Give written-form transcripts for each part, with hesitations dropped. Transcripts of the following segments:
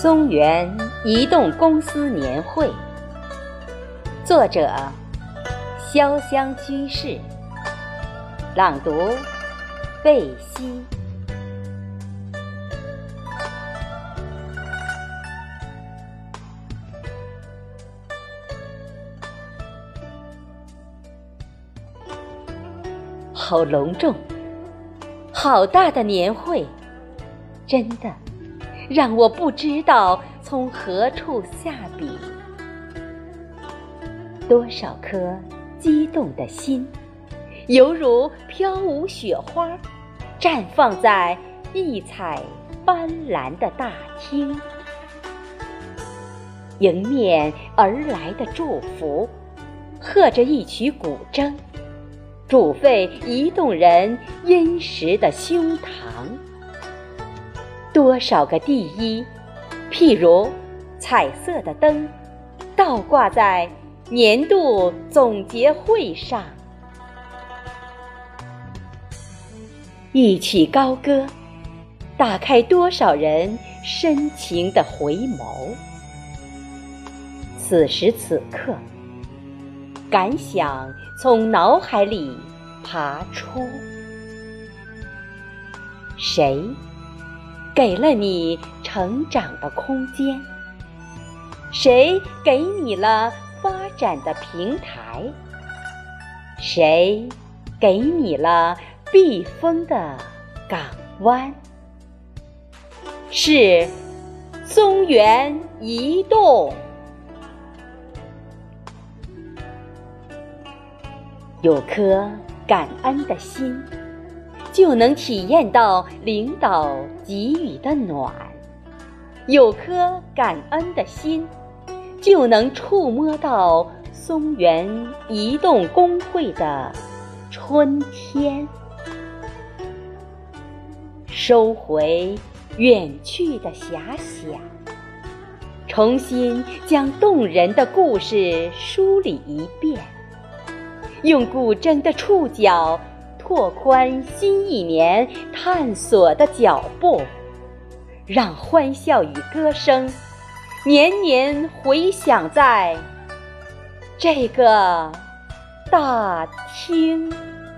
松原移动公司年会，作者潇湘居士，朗读贝西。好隆重，好大的年会，真的让我不知道从何处下笔。多少颗激动的心，犹如飘舞雪花，绽放在异彩斑斓的大厅。迎面而来的祝福，和着一曲古筝，煮沸移动人殷实的胸膛。多少个第一，譬如彩色的灯，倒挂在年度总结会上。一曲高歌，打开多少人深情的回眸。此时此刻，感想从脑海里爬出。谁给了你成长的空间？谁给你了发展的平台？谁给你了避风的港湾？是松原移动。有颗感恩的心，就能体验到领导给予的暖；有颗感恩的心，就能触摸到松原移动工会的春天。收回远去的遐想，重新将动人的故事梳理一遍，用古筝的触角拓宽新一年探索的脚步，让欢笑与歌声年年回响在这个大厅。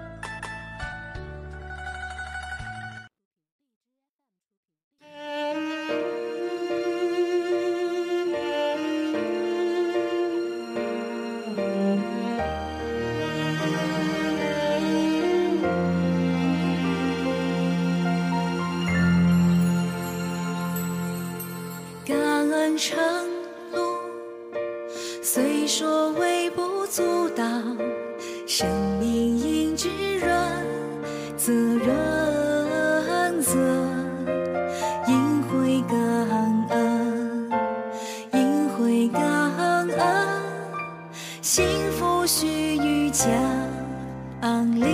感恩承诺，虽说微不足道，生命因之润，责任责，应会感恩，应会感恩，幸福须臾降临，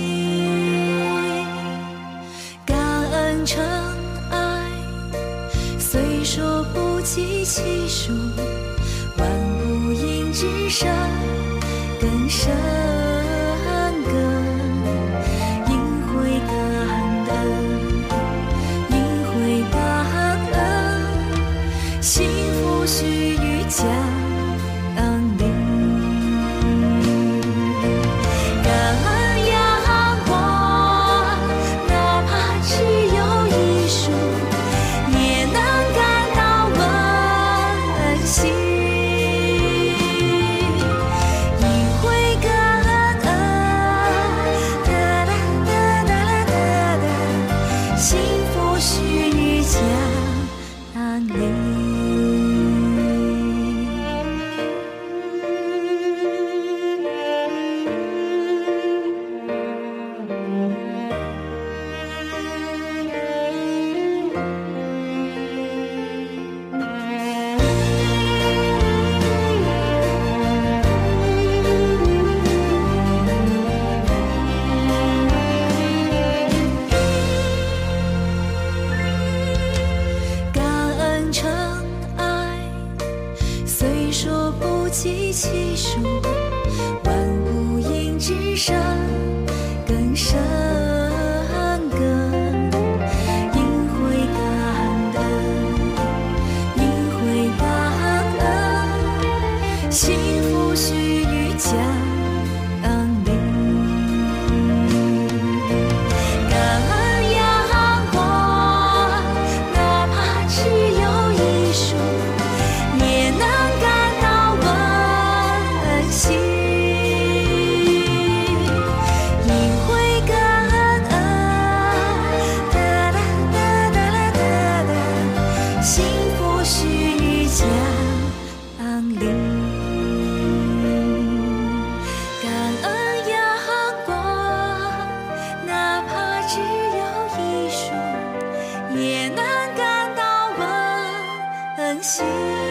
感恩诚爱，虽说不计其数，万物因之生，更生根，应会感恩，应会感恩，幸福须臾降临。感恩阳光，哪怕只有一束，也能感到温馨。应会感恩，哒哒哒哒哒哒，幸福须臾降临。计其数，万物因之生，更生根，应会感恩，应幸福须臾降临。感恩阳光，哪怕只有一束，也能感到温馨。因为感恩，哒啦哒哒啦哒哒，幸福须臾降临。感恩阳光，哪怕只有一束，也能感到温馨。